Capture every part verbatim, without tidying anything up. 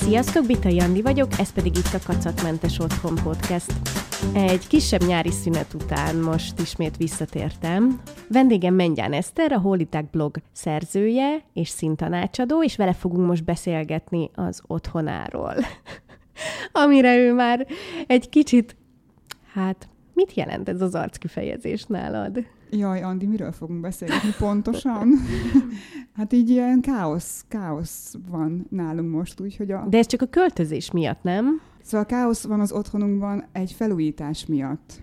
Sziasztok, Bitai Andi vagyok, ez pedig itt a Kacatmentes Otthon Podcast. Egy kisebb nyári szünet után most ismét visszatértem. Vendégem Mengyán Eszter, a Holiták blog szerzője és színtanácsadó, és vele fogunk most beszélgetni az otthonáról. Amire ő már egy kicsit, hát mit jelent ez az arckifejezés nálad? Jaj, Andi, miről fogunk beszélgetni pontosan? Hát így ilyen káosz, káosz van nálunk most, úgyhogy a... De ez csak a költözés miatt, nem? Szóval káosz van az otthonunkban egy felújítás miatt.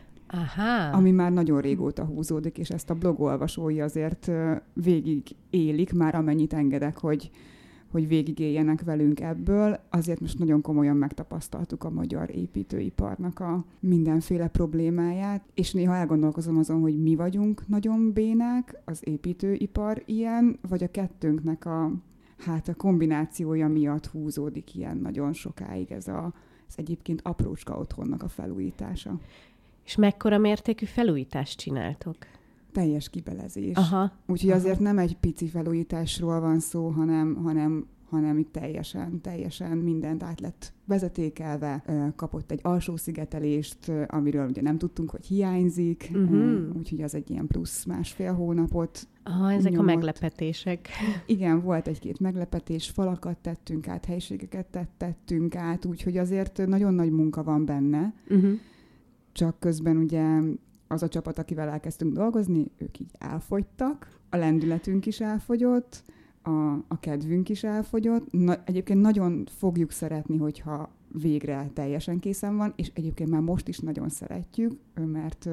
Aha. Ami már nagyon régóta húzódik, és ezt a blogolvasói azért végig élik, már amennyit engedek, hogy, hogy végigéljenek velünk ebből. Azért most nagyon komolyan megtapasztaltuk a magyar építőiparnak a mindenféle problémáját, és néha elgondolkozom azon, hogy mi vagyunk nagyon bénák, az építőipar ilyen, vagy a kettőnknek a, hát a kombinációja miatt húzódik ilyen nagyon sokáig ez a, ez egyébként aprócska otthonnak a felújítása. És mekkora mértékű felújítást csináltok? Teljes kibelezés. Aha. Úgyhogy aha. azért nem egy pici felújításról van szó, hanem, hanem, hanem itt teljesen, teljesen mindent át lett vezetékelve. Kapott egy alsó szigetelést, amiről ugye nem tudtunk, hogy hiányzik. Uh-huh. Úgyhogy az egy ilyen plusz másfél hónapot Aha, ezek nyomott. A meglepetések. Igen, volt egy-két meglepetés, falakat tettünk át, helyiségeket tettünk át, úgyhogy azért nagyon nagy munka van benne. Uh-huh. Csak közben ugye az a csapat, akivel elkezdtünk dolgozni, ők így elfogytak, a lendületünk is elfogyott, a, a kedvünk is elfogyott. Na, egyébként nagyon fogjuk szeretni, hogyha végre teljesen készen van, és egyébként már most is nagyon szeretjük, mert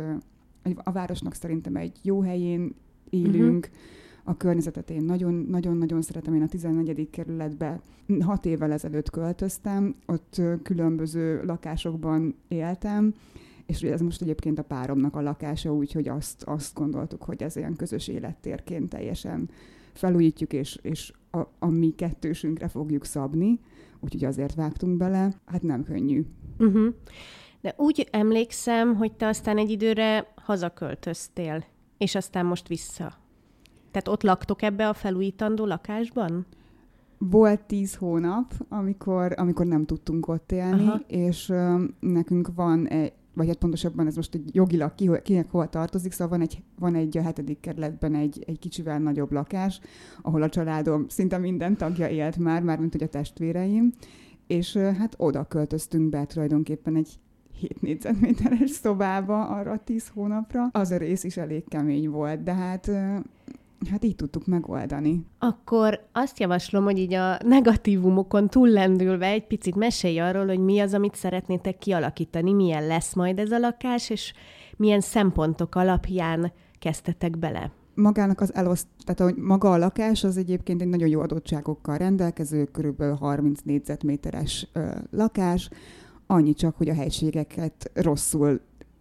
a városnak szerintem egy jó helyén élünk, uh-huh. A környezetet én nagyon-nagyon szeretem, én a tizennegyedik kerületbe hat évvel ezelőtt költöztem, ott különböző lakásokban éltem, és ez most egyébként a páromnak a lakása, úgyhogy azt, azt gondoltuk, hogy ez ilyen közös élettérként teljesen felújítjuk, és, és a, a mi kettősünkre fogjuk szabni, úgyhogy azért vágtunk bele. Hát nem könnyű. Uh-huh. De úgy emlékszem, hogy te aztán egy időre hazaköltöztél, és aztán most vissza. Tehát ott laktok ebbe a felújítandó lakásban? Volt tíz hónap, amikor, amikor nem tudtunk ott élni, aha. És uh, nekünk van egy, vagy hát pontosabban ez most egy jogilag ki, kinek hova tartozik, szóval van egy, van egy a hetedik kerületben egy, egy kicsivel nagyobb lakás, ahol a családom szinte minden tagja élt már, már mint hogy a testvéreim, és uh, hát oda költöztünk be tulajdonképpen egy hét négyzetméteres szobába arra tíz hónapra. Az a rész is elég kemény volt, de hát... Uh, Hát így tudtuk megoldani. Akkor azt javaslom, hogy így a negatívumokon túllendülve egy picit mesélj arról, hogy mi az, amit szeretnétek kialakítani, milyen lesz majd ez a lakás, és milyen szempontok alapján kezdtetek bele. Magának az eloszt, tehát maga a lakás az egyébként egy nagyon jó adottságokkal rendelkező, körülbelül harminc négyzetméteres ö, lakás, annyi csak, hogy a helységeket rosszul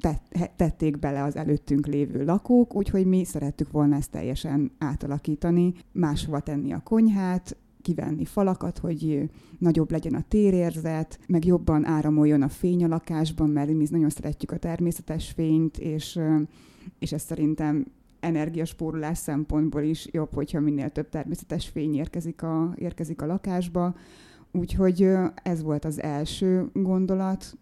tették bele az előttünk lévő lakók, úgyhogy mi szerettük volna ezt teljesen átalakítani, máshova tenni a konyhát, kivenni falakat, hogy nagyobb legyen a térérzet, meg jobban áramoljon a fény a lakásban, mert mi nagyon szeretjük a természetes fényt, és, és ez szerintem energiaspórolás szempontból is jobb, hogyha minél több természetes fény érkezik a, érkezik a lakásba. Úgyhogy ez volt az első gondolat,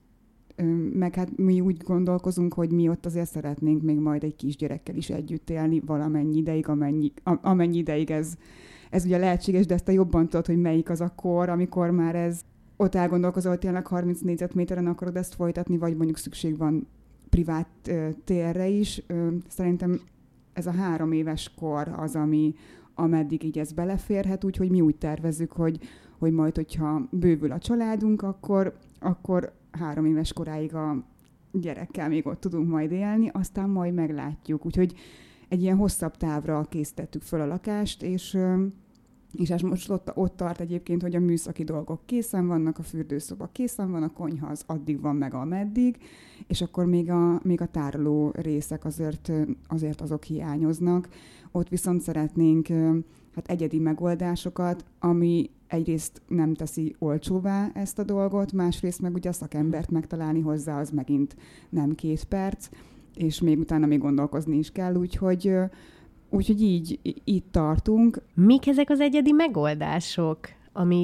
meg hát mi úgy gondolkozunk, hogy mi ott azért szeretnénk még majd egy kisgyerekkel is együtt élni valamennyi ideig, amennyi, amennyi ideig ez, ez ugye lehetséges, de ezt a jobban tudod, hogy melyik az a kor, amikor már ez ott elgondolkozol, hogy tényleg harminc négyzetméteren akarod ezt folytatni, vagy mondjuk szükség van privát uh, térre is. Uh, szerintem ez a három éves kor az, ami ameddig így ez beleférhet, úgyhogy mi úgy tervezzük, hogy, hogy majd, hogyha bővül a családunk, akkor, akkor három éves koráig a gyerekkel még ott tudunk majd élni, aztán majd meglátjuk. Úgyhogy egy ilyen hosszabb távra készítettük föl a lakást, és, és ez most ott, ott tart egyébként, hogy a műszaki dolgok készen vannak, a fürdőszoba készen van, a konyha az addig van meg ameddig, és akkor még a, még a tároló részek azért, azért azok hiányoznak. Ott viszont szeretnénk hát egyedi megoldásokat, ami egyrészt nem teszi olcsóvá ezt a dolgot, másrészt meg ugye a szakembert megtalálni hozzá, az megint nem két perc, és még utána még gondolkozni is kell, úgyhogy, úgyhogy így, így tartunk. Mik ezek az egyedi megoldások, ami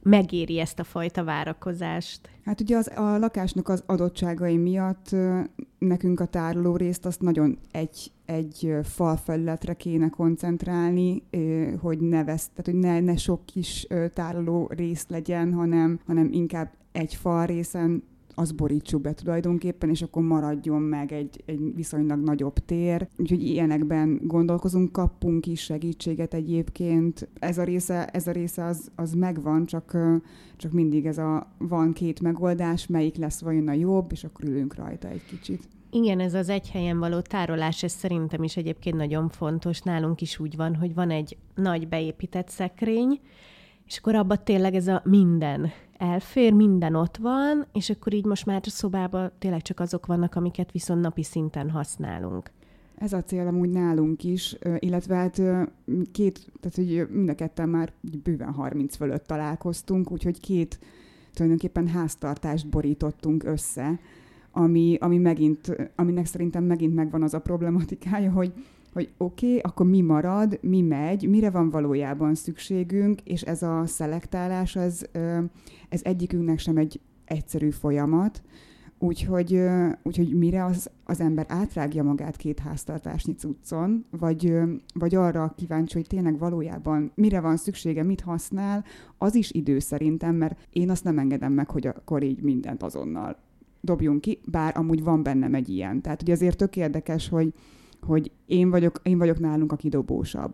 megéri ezt a fajta várakozást? Hát ugye az, a lakásnak az adottságai miatt nekünk a tároló részt azt nagyon egy, egy falfelületre kéne koncentrálni, hogy ne vesz, tehát hogy ne, ne sok kis tároló rész legyen, hanem, hanem inkább egy fal részen azt borítsuk be tulajdonképpen, és akkor maradjon meg egy, egy viszonylag nagyobb tér. Úgyhogy ilyenekben gondolkozunk, kapunk is segítséget egyébként. Ez a része, ez a része az, az megvan, csak, csak mindig ez a van két megoldás, melyik lesz vajon a jobb, és akkor ülünk rajta egy kicsit. Igen, ez az egy helyen való tárolás, ez szerintem is egyébként nagyon fontos. Nálunk is úgy van, hogy van egy nagy beépített szekrény, és akkor abban tényleg ez a minden elfér, minden ott van, és akkor így most már a szobában tényleg csak azok vannak, amiket viszont napi szinten használunk. Ez a cél amúgy nálunk is, illetve hát két, tehát hogy mind a ketten már bőven harminc fölött találkoztunk, úgyhogy két tulajdonképpen háztartást borítottunk össze, ami, ami megint, aminek szerintem megint megvan az a problematikája, hogy hogy oké, okay, akkor mi marad, mi megy, mire van valójában szükségünk, és ez a szelektálás, ez, ez egyikünknek sem egy egyszerű folyamat, úgyhogy, úgyhogy mire az, az ember átrágja magát két háztartásnyi cuccon, vagy, vagy arra kíváncsi, hogy tényleg valójában mire van szüksége, mit használ, az is idő szerintem, mert én azt nem engedem meg, hogy akkor így mindent azonnal dobjunk ki, bár amúgy van bennem egy ilyen. Tehát ugye azért tök érdekes, hogy hogy én vagyok, én vagyok nálunk a kidobósabb,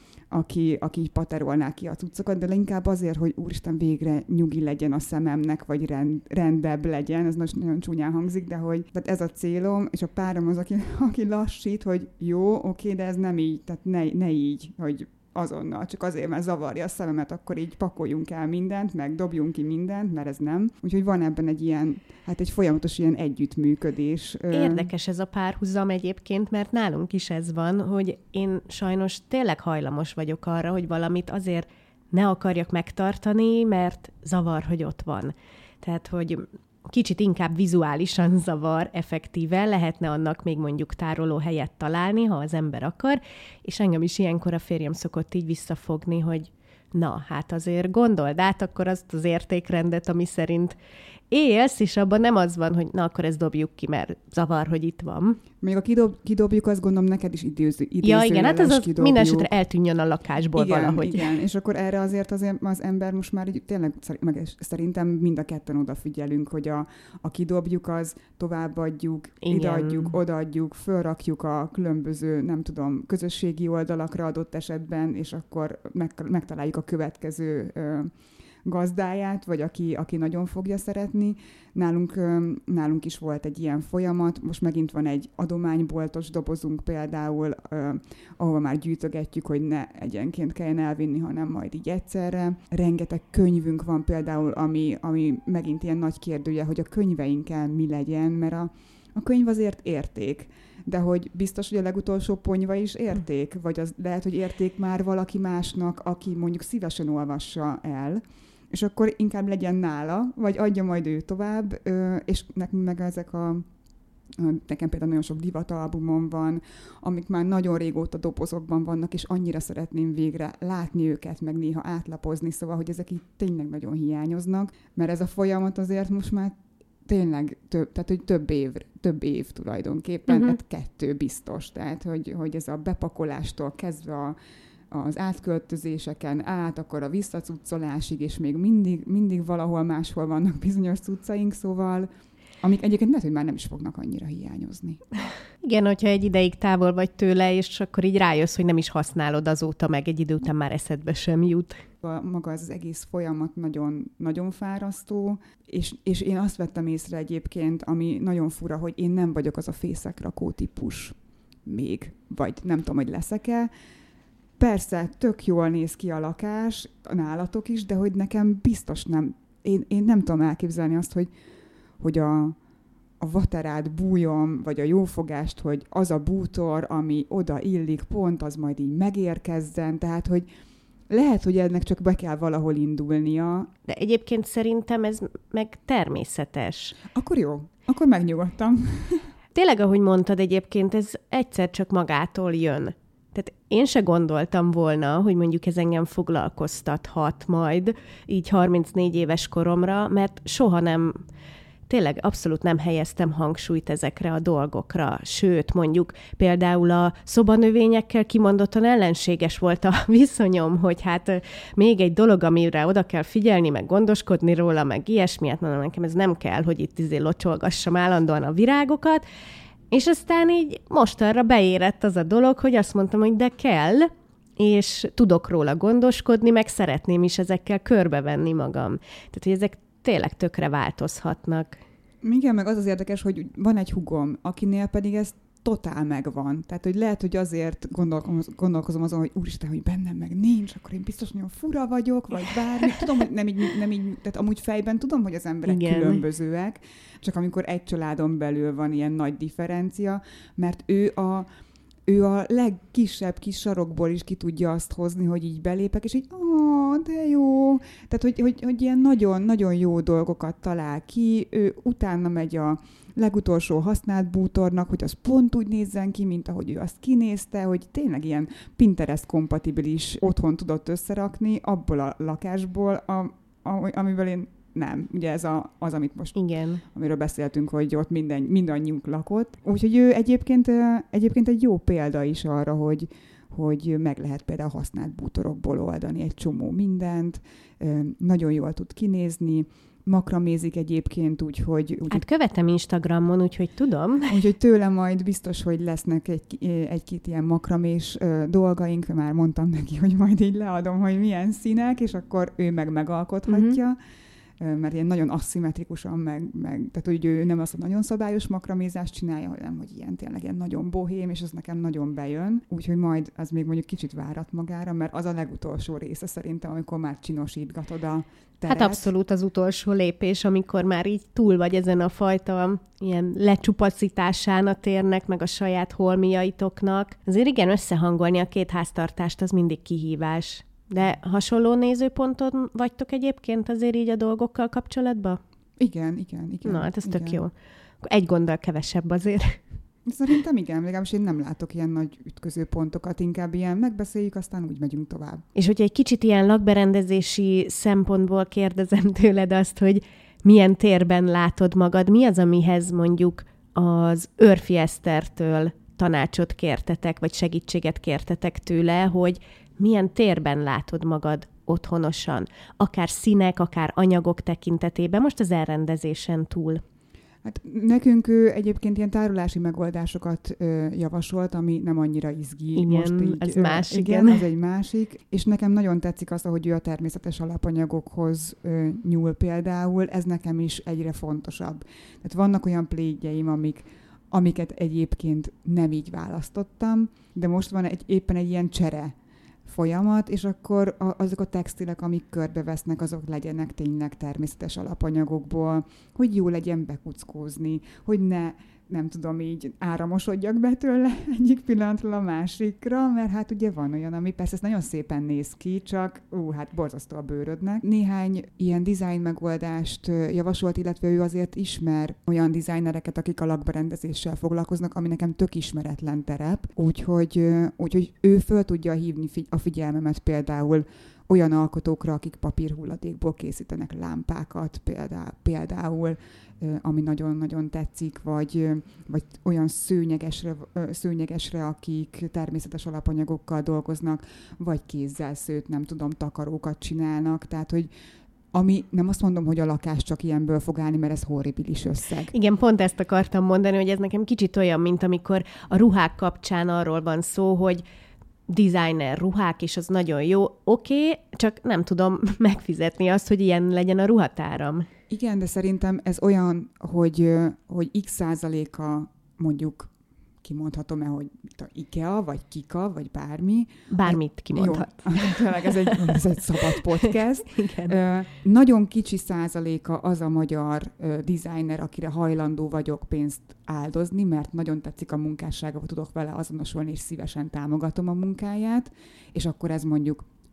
aki, aki így paterolná ki a cuccokat, de inkább azért, hogy úristen, végre nyugi legyen a szememnek, vagy rend, rendebb legyen, ez most nagyon csúnyán hangzik, de hogy tehát ez a célom, és a párom az, aki, aki lassít, hogy jó, oké, de ez nem így, tehát ne, ne így, hogy azonnal, csak azért, mert zavarja a szememet, akkor így pakoljunk el mindent, meg dobjunk ki mindent, mert ez nem. Úgyhogy van ebben egy ilyen, hát egy folyamatos ilyen együttműködés. Érdekes ez a párhuzam egyébként, mert nálunk is ez van, hogy én sajnos tényleg hajlamos vagyok arra, hogy valamit azért ne akarjak megtartani, mert zavar, hogy ott van. Tehát, hogy kicsit inkább vizuálisan zavar effektíve, lehetne annak még mondjuk tároló helyet találni, ha az ember akar, és engem is ilyenkor a férjem szokott így visszafogni, hogy na, hát azért gondold át akkor azt az értékrendet, ami szerint élsz, és abban nem az van, hogy na, akkor ezt dobjuk ki, mert zavar, hogy itt van. Még a kidob, kidobjuk, azt gondolom, neked is idéző, idéző Ja, igen, hát ez az minden esetre eltűnjön a lakásból igen, valahogy. Igen, és akkor erre azért az, az ember most már így, tényleg meg szerintem mind a ketten odafigyelünk, hogy a, a kidobjuk, az továbbadjuk, ideadjuk, odaadjuk, fölrakjuk a különböző, nem tudom, közösségi oldalakra adott esetben, és akkor meg, megtaláljuk a következő ö, gazdáját, vagy aki, aki nagyon fogja szeretni. Nálunk, nálunk is volt egy ilyen folyamat, most megint van egy adományboltos dobozunk például, eh, ahova már gyűjtögetjük, hogy ne egyenként kelljen elvinni, hanem majd így egyszerre. Rengeteg könyvünk van például, ami, ami megint ilyen nagy kérdője, hogy a könyveinkkel mi legyen, mert a, a könyv azért érték, de hogy biztos, hogy a legutolsó ponyva is érték, vagy az lehet, hogy érték már valaki másnak, aki mondjuk szívesen olvassa el, és akkor inkább legyen nála, vagy adja majd ő tovább, és nekünk meg ezek a, nekem például nagyon sok divatalbumom van, amik már nagyon régóta dobozokban vannak, és annyira szeretném végre látni őket, meg néha átlapozni, szóval, hogy ezek így tényleg nagyon hiányoznak, mert ez a folyamat azért most már tényleg több, tehát hogy több év, több év tulajdonképpen, uh-huh. hát kettő biztos, tehát hogy, hogy ez a bepakolástól kezdve a az átköltözéseken át, akkor a visszacuccolásig, és még mindig, mindig valahol máshol vannak bizonyos cuccaink, szóval, amik egyébként lehet, hogy már nem is fognak annyira hiányozni. Igen, hogyha egy ideig távol vagy tőle, és akkor így rájössz, hogy nem is használod azóta, meg egy idő után már eszedbe sem jut. A, maga az egész folyamat nagyon, nagyon fárasztó, és, és én azt vettem észre egyébként, ami nagyon fura, hogy én nem vagyok az a fészekrakó típus még, vagy nem tudom, hogy leszek-e. Persze, tök jól néz ki a lakás, nálatok is, de hogy nekem biztos nem. Én, én nem tudom elképzelni azt, hogy, hogy a, a vaterát bújom, vagy a jófogást, hogy az a bútor, ami oda illik pont, az majd így megérkezzen. Tehát, hogy lehet, hogy ennek csak be kell valahol indulnia. De egyébként szerintem ez meg természetes. Akkor jó, akkor megnyugodtam. Tényleg, ahogy mondtad egyébként, ez egyszer csak magától jön. Tehát én se gondoltam volna, hogy mondjuk ez engem foglalkoztathat majd így harmincnégy éves koromra, mert soha nem, tényleg abszolút nem helyeztem hangsúlyt ezekre a dolgokra. Sőt, mondjuk például a szobanövényekkel kimondottan ellenséges volt a viszonyom, hogy hát még egy dolog, amire oda kell figyelni, meg gondoskodni róla, meg ilyesmi, hát mondom, nekem ez nem kell, hogy itt izé locsolgassam állandóan a virágokat. És aztán így mostanra beérett az a dolog, hogy azt mondtam, hogy de kell, és tudok róla gondoskodni, meg szeretném is ezekkel körbevenni magam. Tehát, hogy ezek tényleg tökre változhatnak. Igen, meg az az érdekes, hogy van egy hugom, akinél pedig ez totál megvan. Tehát, hogy lehet, hogy azért gondolkozom, gondolkozom azon, hogy úristen, hogy bennem meg nincs, akkor én biztos nagyon fura vagyok, vagy bármi. Tudom, hogy nem így, nem így, tehát amúgy fejben tudom, hogy az emberek Igen. különbözőek, csak amikor egy családon belül van ilyen nagy differencia, mert ő a ő a legkisebb kis sarokból is ki tudja azt hozni, hogy így belépek, és így, ó, de jó. Tehát, hogy, hogy, hogy ilyen nagyon-nagyon jó dolgokat talál ki, ő utána megy a legutolsó használt bútornak, hogy az pont úgy nézzen ki, mint ahogy ő azt kinézte, hogy tényleg ilyen Pinterest-kompatibilis otthon tudott összerakni abból a lakásból, a, a, amiből én nem. Ugye ez a, az, amit most, Igen. amiről beszéltünk, hogy ott minden, mindannyiunk lakott. Úgyhogy ő egyébként, egyébként egy jó példa is arra, hogy, hogy meg lehet például használt bútorokból oldani egy csomó mindent, nagyon jól tud kinézni, makramézik egyébként, úgyhogy... úgy, hát követem Instagramon, úgyhogy tudom. Úgyhogy tőle majd biztos, hogy lesznek egy, egy-két ilyen makramés dolgaink, már mondtam neki, hogy majd így leadom, hogy milyen színek, és akkor ő meg megalkothatja. Uh-huh. Mert ilyen nagyon aszimmetrikusan, meg, meg, tehát hogy ő nem azt a nagyon szabályos makramézást csinálja, hanem hogy ilyen tényleg ilyen nagyon bohém, és az nekem nagyon bejön. Úgyhogy majd az még mondjuk kicsit várat magára, mert az a legutolsó része szerintem, amikor már csinosítgatod a teret. Hát abszolút az utolsó lépés, amikor már így túl vagy ezen a fajta ilyen lecsupacításán a térnek, meg a saját holmiaitoknak. Azért igen, összehangolni a két háztartást, az mindig kihívás. De hasonló nézőponton vagytok egyébként azért így a dolgokkal kapcsolatban? Igen, igen, igen. Na, hát ez igen. tök jó. Egy gonddal kevesebb azért. Szerintem igen, legalábbis én nem látok ilyen nagy ütköző pontokat, inkább ilyen megbeszéljük, aztán úgy megyünk tovább. És hogyha egy kicsit ilyen lakberendezési szempontból kérdezem tőled azt, hogy milyen térben látod magad, mi az, amihez mondjuk az Örfi Esztertől tanácsot kértetek, vagy segítséget kértetek tőle, hogy milyen térben látod magad otthonosan, akár színek, akár anyagok tekintetében, most az elrendezésen túl? Hát nekünk ő egyébként ilyen tárolási megoldásokat ö, javasolt, ami nem annyira izgi. Igen, most így, ez ö, más, igen. igen. Ez egy másik, és nekem nagyon tetszik az, ahogy ő a természetes alapanyagokhoz ö, nyúl például, ez nekem is egyre fontosabb. Tehát vannak olyan plédjeim, amik amiket egyébként nem így választottam, de most van egy, éppen egy ilyen csere folyamat, és akkor a, azok a textilek, amik körbevesznek, azok legyenek tényleg természetes alapanyagokból, hogy jó legyen bekuckózni, hogy ne, nem tudom, így áramosodjak be tőle egyik pillanatról a másikra, mert hát ugye van olyan, ami persze ez nagyon szépen néz ki, csak ú, hát borzasztó a bőrödnek. Néhány ilyen design megoldást javasolt, illetve ő azért ismer olyan designereket, akik a lakberendezéssel foglalkoznak, ami nekem tök ismeretlen terep, úgyhogy, úgyhogy ő föl tudja hívni a figyelmemet például olyan alkotókra, akik papírhulladékból készítenek lámpákat például, például ami nagyon-nagyon tetszik, vagy, vagy olyan szőnyegesre, szőnyegesre, akik természetes alapanyagokkal dolgoznak, vagy kézzel szőtt, nem tudom, takarókat csinálnak. Tehát, hogy ami nem azt mondom, hogy a lakás csak ilyenből fog állni, mert ez horribilis összeg. Igen, pont ezt akartam mondani, hogy ez nekem kicsit olyan, mint amikor a ruhák kapcsán arról van szó, hogy designer ruhák, és az nagyon jó, oké, okay, csak nem tudom megfizetni azt, hogy ilyen legyen a ruhatáram. Igen, de szerintem ez olyan, hogy, hogy x százaléka mondjuk kimondhatom-e, hogy a IKEA, vagy Kika, vagy bármi. Bármit kimondhat. Jó, ez egy, ez egy szabad podcast. Igen. Nagyon kicsi százaléka az a magyar designer, akire hajlandó vagyok pénzt áldozni, mert nagyon tetszik a munkássága, tudok vele azonosulni, és szívesen támogatom a munkáját, és akkor ez mondjuk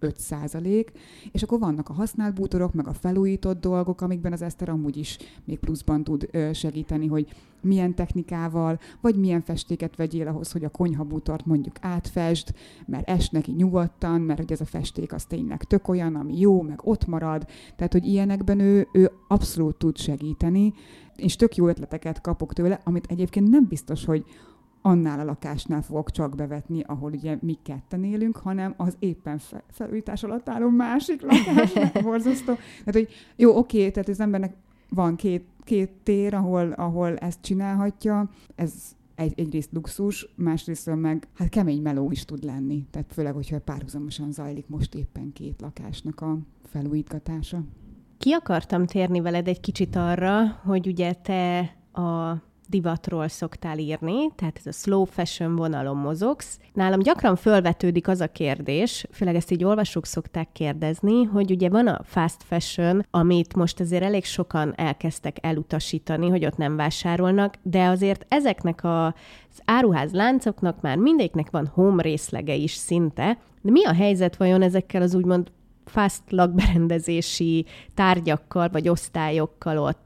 öt százalék, és akkor vannak a használt bútorok, meg a felújított dolgok, amikben az eszter amúgy is még pluszban tud segíteni, hogy milyen technikával, vagy milyen festéket vegyél ahhoz, hogy a konyhabútort mondjuk átfesd, mert es neki nyugodtan, mert hogy ez a festék az tényleg tök olyan, ami jó, meg ott marad, tehát hogy ilyenekben ő, ő abszolút tud segíteni, és tök jó ötleteket kapok tőle, amit egyébként nem biztos, hogy annál a lakásnál fogok csak bevetni, ahol ugye mi ketten élünk, hanem az éppen fe- felújítás alatt álló másik lakás, borzasztó. Tehát, hogy jó, oké, tehát az embernek van két, két tér, ahol, ahol ezt csinálhatja, ez egy, egyrészt luxus, másrészt meg hát kemény meló is tud lenni, tehát főleg, hogyha párhuzamosan zajlik most éppen két lakásnak a felújítgatása. Ki akartam térni veled egy kicsit arra, hogy ugye te a divatról szoktál írni, tehát ez a slow fashion vonalon mozogsz. Nálam gyakran fölvetődik az a kérdés, főleg ezt így olvasók szokták kérdezni, hogy ugye van a fast fashion, amit most azért elég sokan elkezdtek elutasítani, hogy ott nem vásárolnak, de azért ezeknek az áruház láncoknak már mindegyiknek van home részlege is szinte. De mi a helyzet vajon ezekkel az úgymond fast lakberendezési tárgyakkal vagy osztályokkal ott?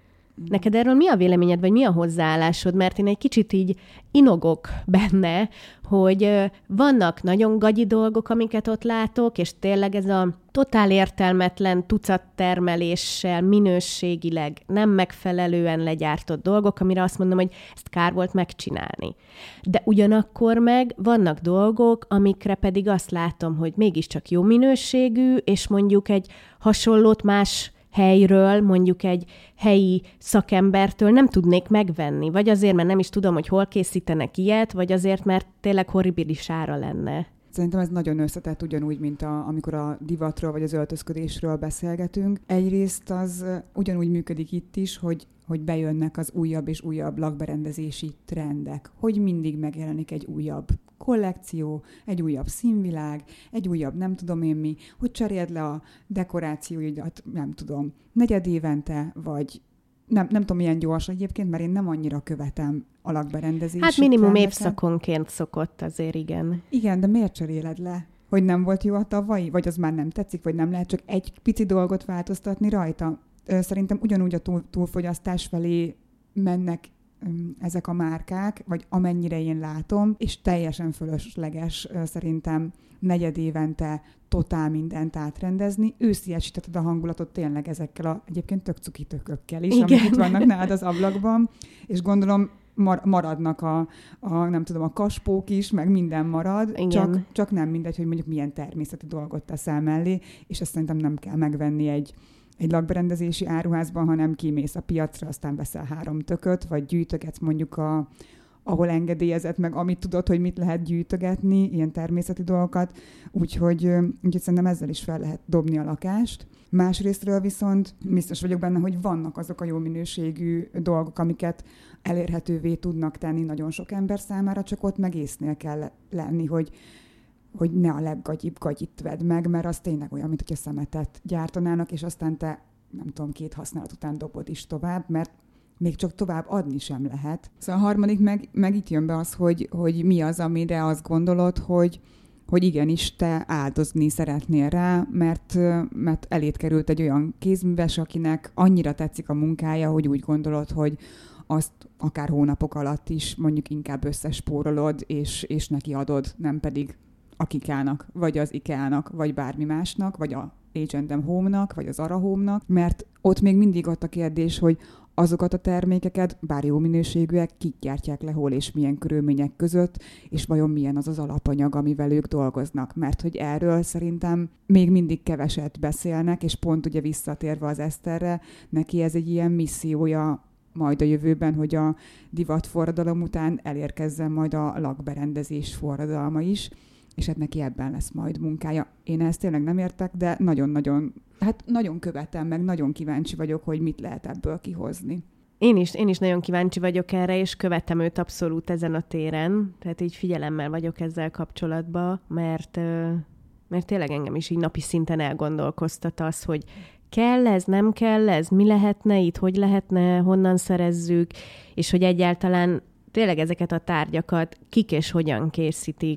Neked erről mi a véleményed, vagy mi a hozzáállásod? Mert én egy kicsit így inogok benne, hogy vannak nagyon gagyi dolgok, amiket ott látok, és tényleg ez a totál értelmetlen tucattermeléssel, minőségileg nem megfelelően legyártott dolgok, amire azt mondom, hogy ezt kár volt megcsinálni. De ugyanakkor meg vannak dolgok, amikre pedig azt látom, hogy mégiscsak jó minőségű, és mondjuk egy hasonlót más helyről, mondjuk egy helyi szakembertől nem tudnék megvenni. Vagy azért, mert nem is tudom, hogy hol készítenek ilyet, vagy azért, mert tényleg horribilis ára lenne. Szerintem ez nagyon összetett, ugyanúgy, mint a, amikor a divatról vagy az öltözködésről beszélgetünk. Egyrészt az ugyanúgy működik itt is, hogy, hogy bejönnek az újabb és újabb lakberendezési trendek, hogy mindig megjelenik egy újabb kollekció, egy újabb színvilág, egy újabb nem tudom én mi, hogy cseréld le a dekorációidat, nem tudom, negyed évente, vagy nem, nem tudom, milyen gyors egyébként, mert én nem annyira követem a lakberendezési Hát minimum trendeket. Évszakonként szokott azért, igen. Igen, de miért cseréled le? Hogy nem volt jó a tavalyi? Vagy az már nem tetszik? Vagy nem lehet csak egy pici dolgot változtatni rajta? Szerintem ugyanúgy a túl, túlfogyasztás felé mennek ezek a márkák, vagy amennyire én látom, és teljesen fölösleges szerintem negyed évente totál mindent átrendezni. Ősziesíteted a hangulatot tényleg ezekkel a egyébként tök cuki tökökkel is, amik itt vannak nálad az ablakban, és gondolom mar- maradnak a, a, nem tudom, a kaspók is, meg minden marad, csak, csak nem mindegy, hogy mondjuk milyen természeti dolgot teszel mellé, és ezt szerintem nem kell megvenni egy egy lakberendezési áruházban, hanem kimész a piacra, aztán veszel három tököt, vagy gyűjtögetsz mondjuk, a, ahol engedélyezett, meg amit tudod, hogy mit lehet gyűjtögetni, ilyen természeti dolgokat, úgyhogy, úgyhogy szerintem ezzel is fel lehet dobni a lakást. Másrésztről viszont biztos vagyok benne, hogy vannak azok a jó minőségű dolgok, amiket elérhetővé tudnak tenni nagyon sok ember számára, csak ott meg észnél kell lenni, hogy hogy ne a leggagyibb gagyit vedd meg, mert az tényleg olyan, mint hogy a szemetet gyártanának, és aztán te, nem tudom, két használat után dobod is tovább, mert még csak tovább adni sem lehet. Szóval a harmadik meg, meg itt jön be az, hogy, hogy mi az, amire azt gondolod, hogy, hogy igenis te áldozni szeretnél rá, mert, mert elét került egy olyan kézműves, akinek annyira tetszik a munkája, hogy úgy gondolod, hogy azt akár hónapok alatt is mondjuk inkább összespórolod, és, és neki adod, nem pedig a Kikának, vagy az IKEA-nak, vagy bármi másnak, vagy a H and M Home-nak, vagy az Zara Home-nak, mert ott még mindig ott a kérdés, hogy azokat a termékeket, bár jó minőségűek, kik gyártják le hol és milyen körülmények között, és vajon milyen az az alapanyag, amivel ők dolgoznak. Mert hogy erről szerintem még mindig keveset beszélnek, és pont ugye visszatérve az Eszterre, neki ez egy ilyen missziója majd a jövőben, hogy a divatforradalom után elérkezzen majd a lakberendezés forradalma is, és hát neki ebben lesz majd munkája. Én ezt tényleg nem értek, de nagyon-nagyon, hát nagyon követem, meg nagyon kíváncsi vagyok, hogy mit lehet ebből kihozni. Én is, én is nagyon kíváncsi vagyok erre, és követem őt abszolút ezen a téren, tehát így figyelemmel vagyok ezzel kapcsolatban, mert, mert tényleg engem is így napi szinten elgondolkoztat az, hogy kell ez, nem kell ez, mi lehetne itt, hogy lehetne, honnan szerezzük, és hogy egyáltalán tényleg ezeket a tárgyakat kik és hogyan készítik.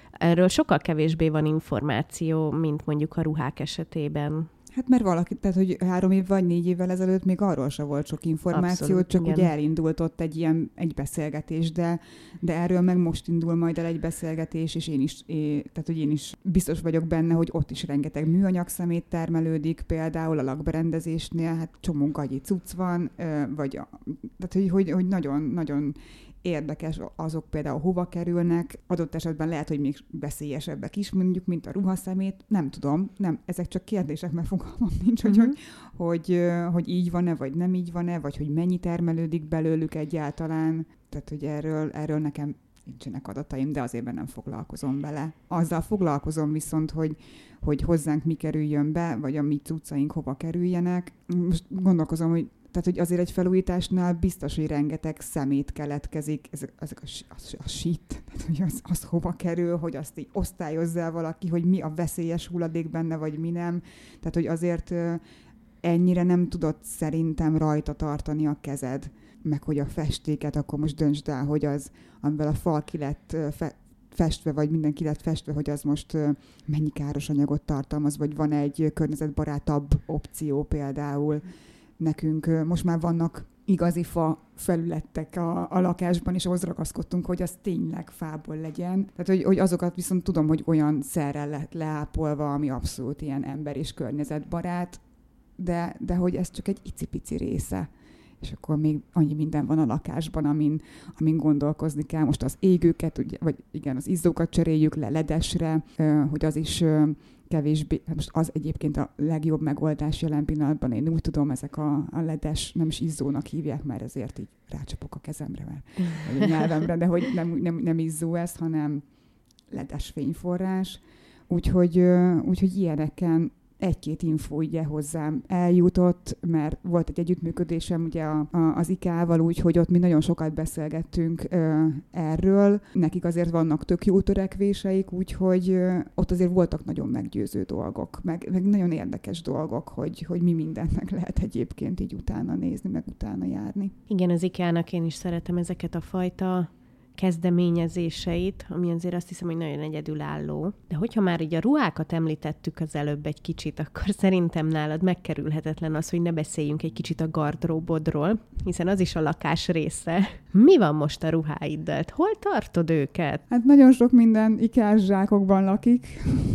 erről sokkal kevésbé van információ, mint mondjuk a ruhák esetében. Hát mert valaki, tehát hogy három év vagy négy évvel ezelőtt még arról se volt sok információ, abszolút, csak igen. Ugye elindult ott egy ilyen egy beszélgetés, de, de erről meg most indul majd el egy beszélgetés, és én is, én, tehát hogy én is biztos vagyok benne, hogy ott is rengeteg műanyag szemét termelődik, például a lakberendezésnél, hát csomó gagyi cucc van, vagy tehát hogy, hogy, hogy nagyon, nagyon érdekes azok például hova kerülnek, adott esetben lehet, hogy még veszélyesebbek is, mondjuk, mint a ruhaszemét, nem tudom, nem, ezek csak kérdések, mert fogalmam nincs, uh-huh. hogy, hogy, hogy így van-e, vagy nem így van-e, vagy hogy mennyi termelődik belőlük egyáltalán, tehát hogy erről, erről nekem nincsenek adataim, de azért nem foglalkozom vele. Azzal foglalkozom viszont, hogy, hogy hozzánk mi kerüljön be, vagy a mi cuccaink hova kerüljenek. Most gondolkozom, hogy tehát, hogy azért egy felújításnál biztos, hogy rengeteg szemét keletkezik, ezek, ezek a, a, a shit, tehát, hogy az, az hova kerül, hogy azt így osztályozza el valaki, hogy mi a veszélyes hulladék benne, vagy mi nem. Tehát, hogy azért ennyire nem tudod szerintem rajta tartani a kezed, meg hogy a festéket, akkor most döntsd el, hogy az, amivel a fal ki lett fe, festve, vagy mindenki lett festve, hogy az most mennyi káros anyagot tartalmaz, vagy van egy környezetbarátabb opció például. Nekünk most már vannak igazi fa felületek a, a lakásban, és ahhoz ragaszkodtunk, hogy az tényleg fából legyen. Tehát, hogy, hogy azokat viszont tudom, hogy olyan szerrel lett leápolva, ami abszolút ilyen ember- és környezetbarát, de, de hogy ez csak egy icipici része. És akkor még annyi minden van a lakásban, amin, amin gondolkozni kell. Most az égőket, ugye, vagy igen, az izzókat cseréljük le ledesre, hogy az is kevésbé, most az egyébként a legjobb megoldás jelen pillanatban, én úgy tudom, ezek a, a ledes, nem is izzónak hívják, mert ezért így rácsapok a kezemre, mert, vagy a nyelvemre, de hogy nem, nem, nem izzó ez, hanem ledes fényforrás. Úgyhogy, úgyhogy ilyeneken egy-két info ugye hozzám eljutott, mert volt egy együttműködésem ugye a, a, az ikával, úgyhogy ott mi nagyon sokat beszélgettünk ö, erről. Nekik azért vannak tök jó törekvéseik, úgyhogy ö, ott azért voltak nagyon meggyőző dolgok, meg, meg nagyon érdekes dolgok, hogy, hogy mi mindennek lehet egyébként így utána nézni, meg utána járni. Igen, az ikának én is szeretem ezeket a fajta kezdeményezéseit, ami azért azt hiszem, hogy nagyon egyedülálló. De hogyha már így a ruhákat említettük az előbb egy kicsit, akkor szerintem nálad megkerülhetetlen az, hogy ne beszéljünk egy kicsit a gardróbodról, hiszen az is a lakás része. Mi van most a ruháiddal? Hol tartod őket? Hát nagyon sok minden ikás zsákokban lakik,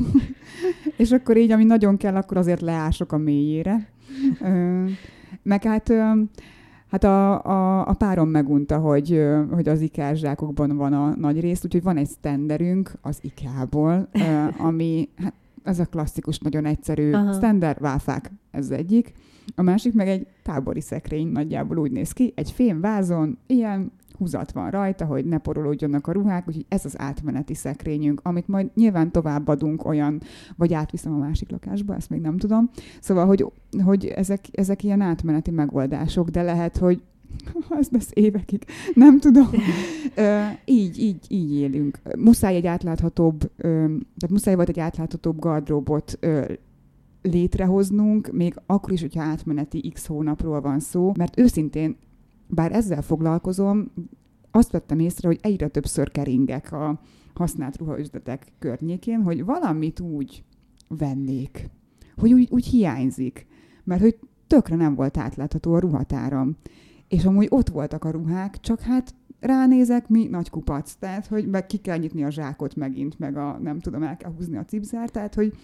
és akkor így, ami nagyon kell, akkor azért leások a mélyére. Meg hát... Hát a, a, a párom megunta, hogy, hogy az ikás zsákokban van a nagy rész, úgyhogy van egy sztenderünk az ikából, ami, hát ez a klasszikus, nagyon egyszerű Aha. sztender, válfák, ez egyik. A másik meg egy tábori szekrény, nagyjából úgy néz ki, egy fémvázon, ilyen húzat van rajta, hogy ne porolódjanak a ruhák, úgyhogy ez az átmeneti szekrényünk, amit majd nyilván továbbadunk olyan, vagy átviszem a másik lakásba, ezt még nem tudom. Szóval, hogy, hogy ezek, ezek ilyen átmeneti megoldások, de lehet, hogy ez lesz évekig, nem tudom. Ö, így, így, így élünk. Muszáj egy átláthatóbb, ö, tehát muszáj volt egy átláthatóbb gardróbot ö, létrehoznunk, még akkor is, hogyha átmeneti x hónapról van szó, mert őszintén bár ezzel foglalkozom, azt vettem észre, hogy egyre többször keringek a használt ruhaüzletek környékén, hogy valamit úgy vennék, hogy úgy, úgy hiányzik, mert hogy tökre nem volt átlátható a ruhatáram. És amúgy ott voltak a ruhák, csak hát ránézek, mi nagy kupac, tehát hogy meg ki kell nyitni a zsákot megint, meg a nem tudom, el kell húzni a cipzárt, tehát hogy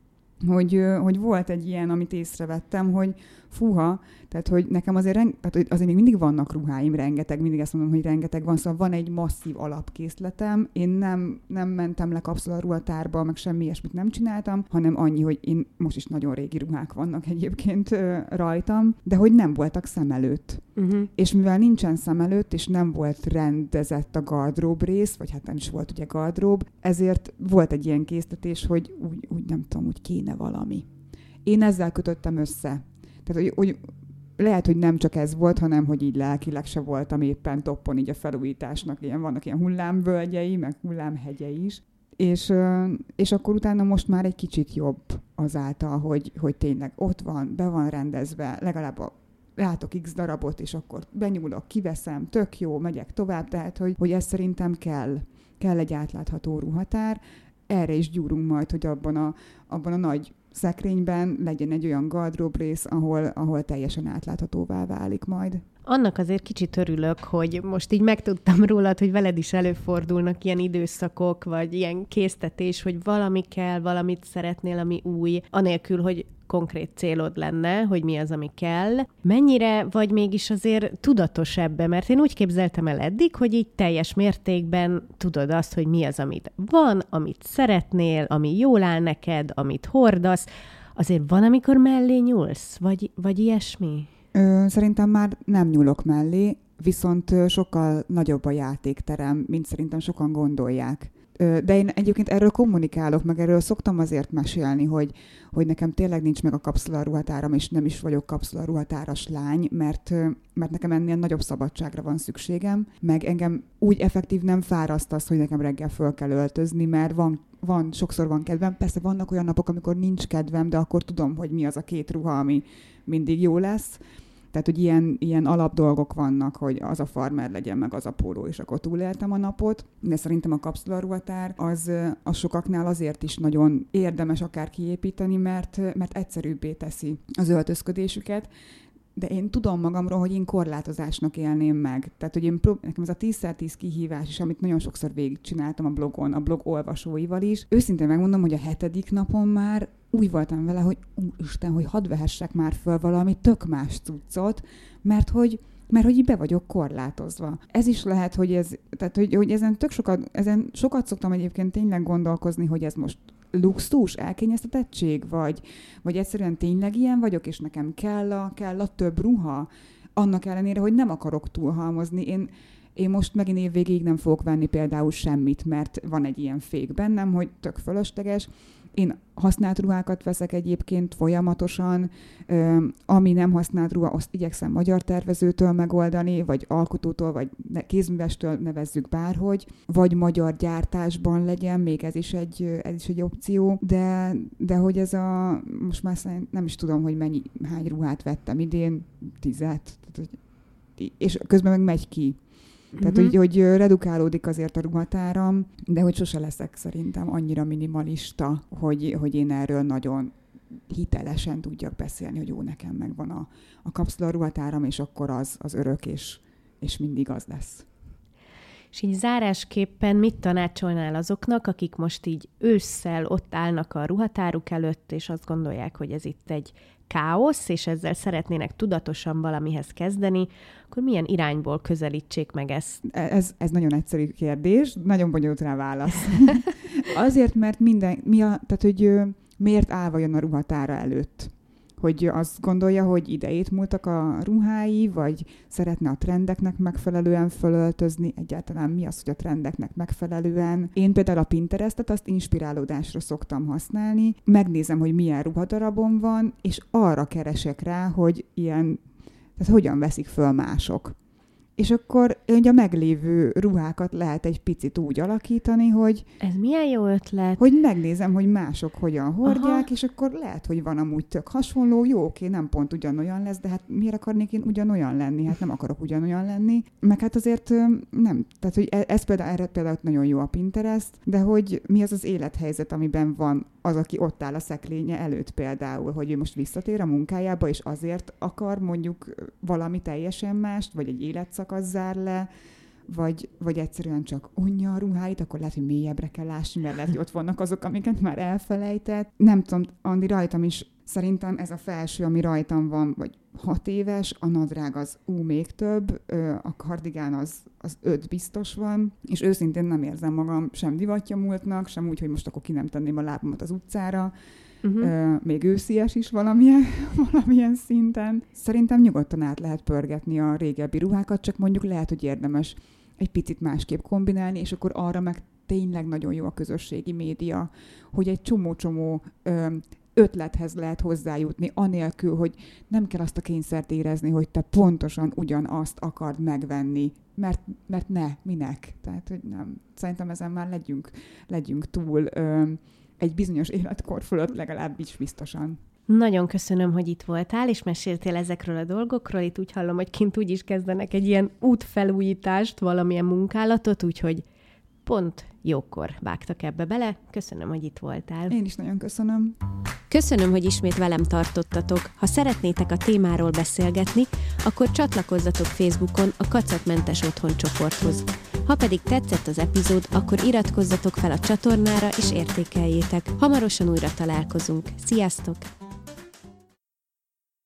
Hogy, hogy volt egy ilyen, amit észrevettem, hogy fúha, tehát hogy nekem azért, tehát azért még mindig vannak ruháim, rengeteg, mindig ezt mondom, hogy rengeteg van, szóval van egy masszív alapkészletem, én nem, nem mentem le kapszula ruhatárba, meg semmi ilyesmit nem csináltam, hanem annyi, hogy én most is nagyon régi ruhák vannak egyébként rajtam, de hogy nem voltak szem előtt. Uh-huh. És mivel nincsen szem előtt, és nem volt rendezett a gardrób rész, vagy hát nem is volt ugye gardrób, ezért volt egy ilyen késztetés, hogy úgy, úgy nem tudom, úgy kéne valami. Én ezzel kötöttem össze. Tehát, hogy, hogy lehet, hogy nem csak ez volt, hanem, hogy így lelkileg se voltam éppen toppon így a felújításnak. Ilyen, vannak ilyen hullámvölgyei, meg hullámhegyei is. És, és akkor utána most már egy kicsit jobb azáltal, hogy, hogy tényleg ott van, be van rendezve, legalább a látok x darabot, és akkor benyúlok, kiveszem, tök jó, megyek tovább, tehát, hogy, hogy ez szerintem kell. kell egy átlátható ruhatár, erre is gyúrunk majd, hogy abban a, abban a nagy szekrényben legyen egy olyan gardróbrész, ahol, ahol teljesen átláthatóvá válik majd. Annak azért kicsit örülök, hogy most így megtudtam rólad, hogy veled is előfordulnak ilyen időszakok, vagy ilyen késztetés, hogy valami kell, valamit szeretnél, ami új, anélkül, hogy konkrét célod lenne, hogy mi az, ami kell. Mennyire vagy mégis azért tudatos ebbe? Mert én úgy képzeltem el eddig, hogy így teljes mértékben tudod azt, hogy mi az, amit van, amit szeretnél, ami jól áll neked, amit hordasz. Azért van, amikor mellé nyúlsz? Vagy, vagy ilyesmi? Ö, szerintem már nem nyúlok mellé, viszont sokkal nagyobb a játékterem, mint szerintem sokan gondolják. De én egyébként erről kommunikálok, meg erről szoktam azért mesélni, hogy, hogy nekem tényleg nincs meg a kapszularuhatáram, és nem is vagyok kapszularuhatáras lány, mert, mert nekem ennél nagyobb szabadságra van szükségem, meg engem úgy effektív nem fáraszt az, hogy nekem reggel föl kell öltözni, mert van, van, sokszor van kedvem. Persze vannak olyan napok, amikor nincs kedvem, de akkor tudom, hogy mi az a két ruha, ami mindig jó lesz. Tehát, hogy ilyen, ilyen alapdolgok vannak, hogy az a farmer legyen, meg az a póló, és akkor túléltem a napot. De szerintem a kapszularuhatár az, az sokaknál azért is nagyon érdemes akár kiépíteni, mert, mert egyszerűbbé teszi az öltözködésüket. De én tudom magamról, hogy én korlátozásnak élném meg. Tehát, hogy én prób- nekem ez a tíz tíz kihívás is, amit nagyon sokszor végigcsináltam a blogon, a blog olvasóival is. Őszintén megmondom, hogy a hetedik napon már úgy voltam vele, hogy úristen, hogy hadd vehessek már föl valami tök más cuccot, mert hogy, mert hogy így be vagyok korlátozva. Ez is lehet, hogy ez, tehát, hogy, hogy ezen tök sokat, ezen sokat szoktam egyébként tényleg gondolkozni, hogy ez most luxus, elkényeztetettség, vagy, vagy egyszerűen tényleg ilyen vagyok, és nekem kell a, kell a több ruha, annak ellenére, hogy nem akarok túlhalmozni. Én, én most megint évvégéig nem fogok venni például semmit, mert van egy ilyen fék bennem, hogy tök fölösleges. Én használt ruhákat veszek egyébként folyamatosan, ami nem használt ruha, azt igyekszem magyar tervezőtől megoldani, vagy alkotótól, vagy kézművestől, nevezzük bárhogy, vagy magyar gyártásban legyen, még ez is egy, ez is egy opció, de, de hogy ez a, most már nem is tudom, hogy mennyi, hány ruhát vettem idén, tizet, és közben meg megy ki. Tehát, uh-huh. hogy, hogy redukálódik azért a ruhatáram, de hogy sose leszek szerintem annyira minimalista, hogy, hogy én erről nagyon hitelesen tudjak beszélni, hogy jó, nekem megvan a, a kapszula ruhatáram, és akkor az, az örök, és, és mindig az lesz. És így zárásképpen mit tanácsolnál azoknak, akik most így ősszel ott állnak a ruhatáruk előtt, és azt gondolják, hogy ez itt egy káosz, és ezzel szeretnének tudatosan valamihez kezdeni, akkor milyen irányból közelítsék meg ezt? Ez, ez nagyon egyszerű kérdés, nagyon bonyolult rá válasz. Azért, mert minden, mi a, tehát, hogy miért állva jön a ruhatára előtt? Hogy azt gondolja, hogy idejét múltak a ruhái, vagy szeretne a trendeknek megfelelően fölöltözni, egyáltalán mi az, hogy a trendeknek megfelelően. Én például a Pinterestet azt inspirálódásra szoktam használni, megnézem, hogy milyen ruhadarabom van, és arra keresek rá, hogy ilyen, tehát hogyan veszik föl mások. És akkor ugye a meglévő ruhákat lehet egy picit úgy alakítani, hogy... Ez milyen jó ötlet. Hogy megnézem, hogy mások hogyan hordják, aha, és akkor lehet, hogy van amúgy tök hasonló, jó, oké, nem pont ugyanolyan lesz, de hát miért akarnék én ugyanolyan lenni? Hát nem akarok ugyanolyan lenni. Meg hát azért nem. Tehát, hogy ez például, erre például nagyon jó a Pinterest, de hogy mi az az élethelyzet, amiben van az, aki ott áll a szekrénye előtt például, hogy ő most visszatér a munkájába, és azért akar mondjuk valami teljesen mást, vagy egy életszakasz zár le, vagy, vagy egyszerűen csak unja a ruháit, akkor lehet, hogy mélyebbre kell ásni, mert lehet, hogy ott vannak azok, amiket már elfelejtett. Nem tudom, Andi, rajtam is szerintem ez a felső, ami rajtam van, vagy hat éves, a nadrág az ú, még több, a kardigán az, az öt biztos van, és őszintén nem érzem magam sem divatja múltnak, sem úgy, hogy most akkor ki nem tenném a lábamat az utcára, uh-huh. még őszies is valamilyen, valamilyen szinten. Szerintem nyugodtan át lehet pörgetni a régebbi ruhákat, csak mondjuk lehet, hogy érdemes egy picit másképp kombinálni, és akkor arra meg tényleg nagyon jó a közösségi média, hogy egy csomó-csomó ö, ötlethez lehet hozzájutni, anélkül, hogy nem kell azt a kényszert érezni, hogy te pontosan ugyanazt akard megvenni, mert, mert ne, minek. Tehát, hogy nem. Szerintem ezen már legyünk, legyünk túl ö, egy bizonyos életkor fölött legalábbis biztosan. Nagyon köszönöm, hogy itt voltál, és meséltél ezekről a dolgokról. Itt úgy hallom, hogy kint úgy is kezdenek egy ilyen útfelújítást, valamilyen munkálatot, úgyhogy pont jókor vágtak ebbe bele. Köszönöm, hogy itt voltál. Én is nagyon köszönöm. Köszönöm, hogy ismét velem tartottatok. Ha szeretnétek a témáról beszélgetni, akkor csatlakozzatok Facebookon a Kacatmentes Otthon csoporthoz. Ha pedig tetszett az epizód, akkor iratkozzatok fel a csatornára és értékeljétek. Hamarosan újra találkozunk. Sziasztok!